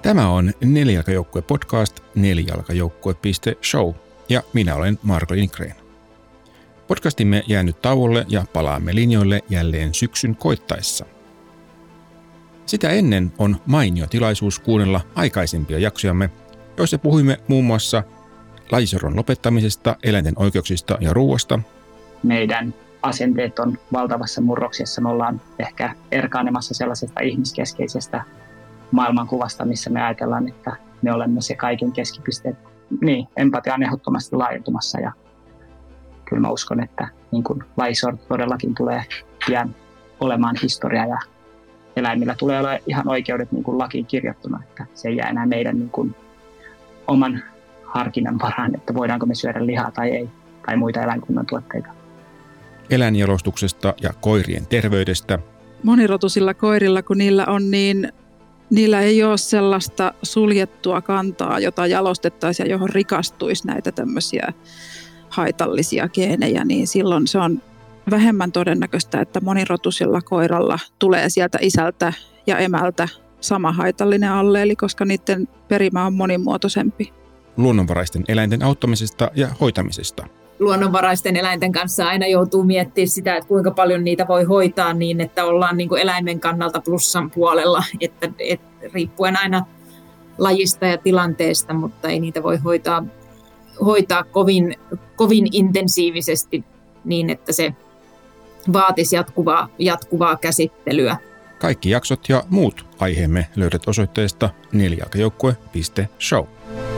Tämä on Nelijalkajoukkue podcast nelijalkajoukkue.show ja minä olen Marko Lindgren. Podcastimme jää nyt tauolle ja palaamme linjoille jälleen syksyn koittaessa. Sitä ennen on mainio tilaisuus kuunnella aikaisempia jaksojamme, joissa puhuimme muun muassa lajisorron lopettamisesta, eläinten oikeuksista ja ruuasta. Meidän asenteet on valtavassa murroksessa. Me ollaan ehkä erkaanemassa sellaisesta ihmiskeskeisestä maailmankuvasta, missä me ajatellaan, että me olemme se kaiken keskipiste. Niin, empatia on ehdottomasti laajentumassa ja kyllä mä uskon, että niin kuin lajisorto todellakin tulee pian olemaan historia ja eläimillä tulee olla ihan oikeudet niin kuin lakiin kirjattuna, että se ei jää enää meidän niin kuin oman harkinnan varaan, että voidaanko me syödä lihaa tai ei, tai muita eläinkunnan tuotteita. Eläinjalostuksesta ja koirien terveydestä. Monirotuisilla koirilla, kun niillä on, niin niillä ei ole sellaista suljettua kantaa, jota jalostettaisiin ja johon rikastuisi näitä tämmöisiä haitallisia geenejä, niin silloin se on vähemmän todennäköistä, että monirotuisella koiralla tulee sieltä isältä ja emältä sama haitallinen alleeli, koska niiden perimä on monimuotoisempi. Luonnonvaraisten eläinten auttamisesta ja hoitamisesta. Luonnonvaraisten eläinten kanssa aina joutuu miettimään sitä, että kuinka paljon niitä voi hoitaa niin, että ollaan niin kuin eläimen kannalta plussan puolella, että riippuen aina lajista ja tilanteesta, mutta ei niitä voi hoitaa kovin intensiivisesti niin, että se vaatisi jatkuvaa käsittelyä. Kaikki jaksot ja muut aiheemme löydät osoitteesta nelijalkajoukkue.show.